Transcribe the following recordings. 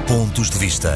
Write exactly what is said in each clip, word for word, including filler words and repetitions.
Pontos de Vista.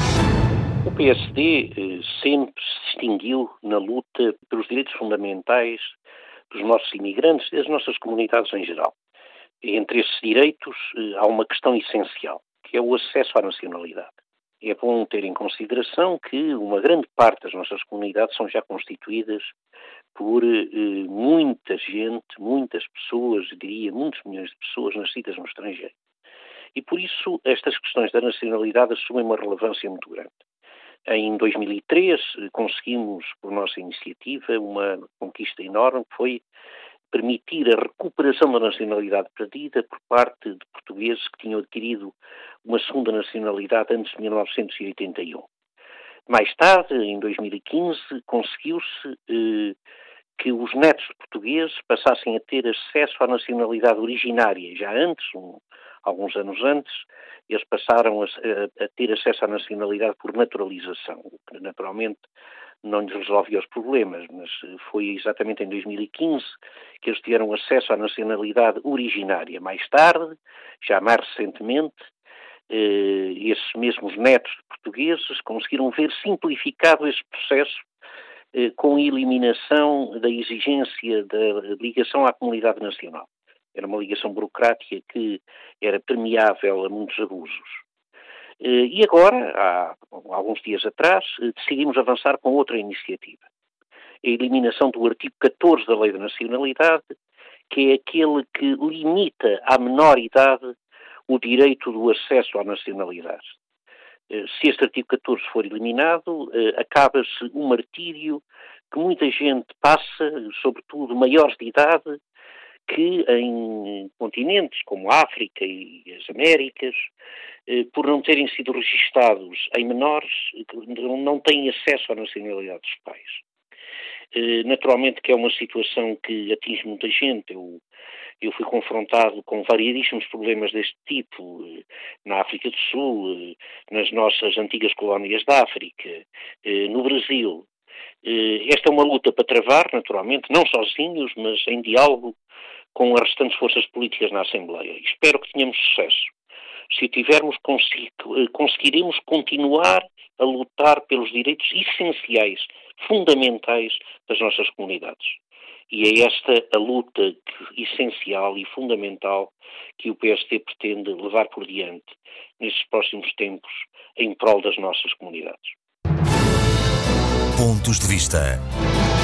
O P S D eh, sempre se distinguiu na luta pelos direitos fundamentais dos nossos imigrantes e das nossas comunidades em geral. E entre esses direitos eh, há uma questão essencial, que é o acesso à nacionalidade. É bom ter em consideração que uma grande parte das nossas comunidades são já constituídas por eh, muita gente, muitas pessoas, diria muitos milhões de pessoas nascidas no estrangeiro. E por isso estas questões da nacionalidade assumem uma relevância muito grande. Em dois mil e três conseguimos, por nossa iniciativa, uma conquista enorme, que foi permitir a recuperação da nacionalidade perdida por parte de portugueses que tinham adquirido uma segunda nacionalidade antes de mil novecentos e oitenta e um. Mais tarde, em dois mil e quinze, conseguiu-se eh, que os netos de portugueses passassem a ter acesso à nacionalidade originária. Já antes, um, alguns anos antes, eles passaram a, a, a ter acesso à nacionalidade por naturalização, o que naturalmente não lhes resolvia os problemas, mas foi exatamente em dois mil e quinze que eles tiveram acesso à nacionalidade originária. Mais tarde, já mais recentemente, eh, esses mesmos netos de portugueses conseguiram ver simplificado esse processo eh, com a eliminação da exigência da ligação à comunidade nacional. Era uma ligação burocrática que era permeável a muitos abusos. E agora, há alguns dias atrás, decidimos avançar com outra iniciativa. A eliminação do artigo catorze da Lei da Nacionalidade, que é aquele que limita à menor idade o direito do acesso à nacionalidade. Se este artigo catorze for eliminado, acaba-se um martírio que muita gente passa, sobretudo maiores de idade, que em continentes como a África e as Américas, por não terem sido registados em menores, não têm acesso à nacionalidade dos pais. Naturalmente que é uma situação que atinge muita gente. Eu, eu fui confrontado com variedíssimos problemas deste tipo na África do Sul, nas nossas antigas colónias da África, no Brasil. Esta é uma luta para travar, naturalmente, não sozinhos, mas em diálogo com as restantes forças políticas na Assembleia. Espero que tenhamos sucesso. Se o tivermos, conseguiremos continuar a lutar pelos direitos essenciais, fundamentais das nossas comunidades. E é esta a luta que, essencial e fundamental que o P S D pretende levar por diante nestes próximos tempos em prol das nossas comunidades. Pontos de Vista.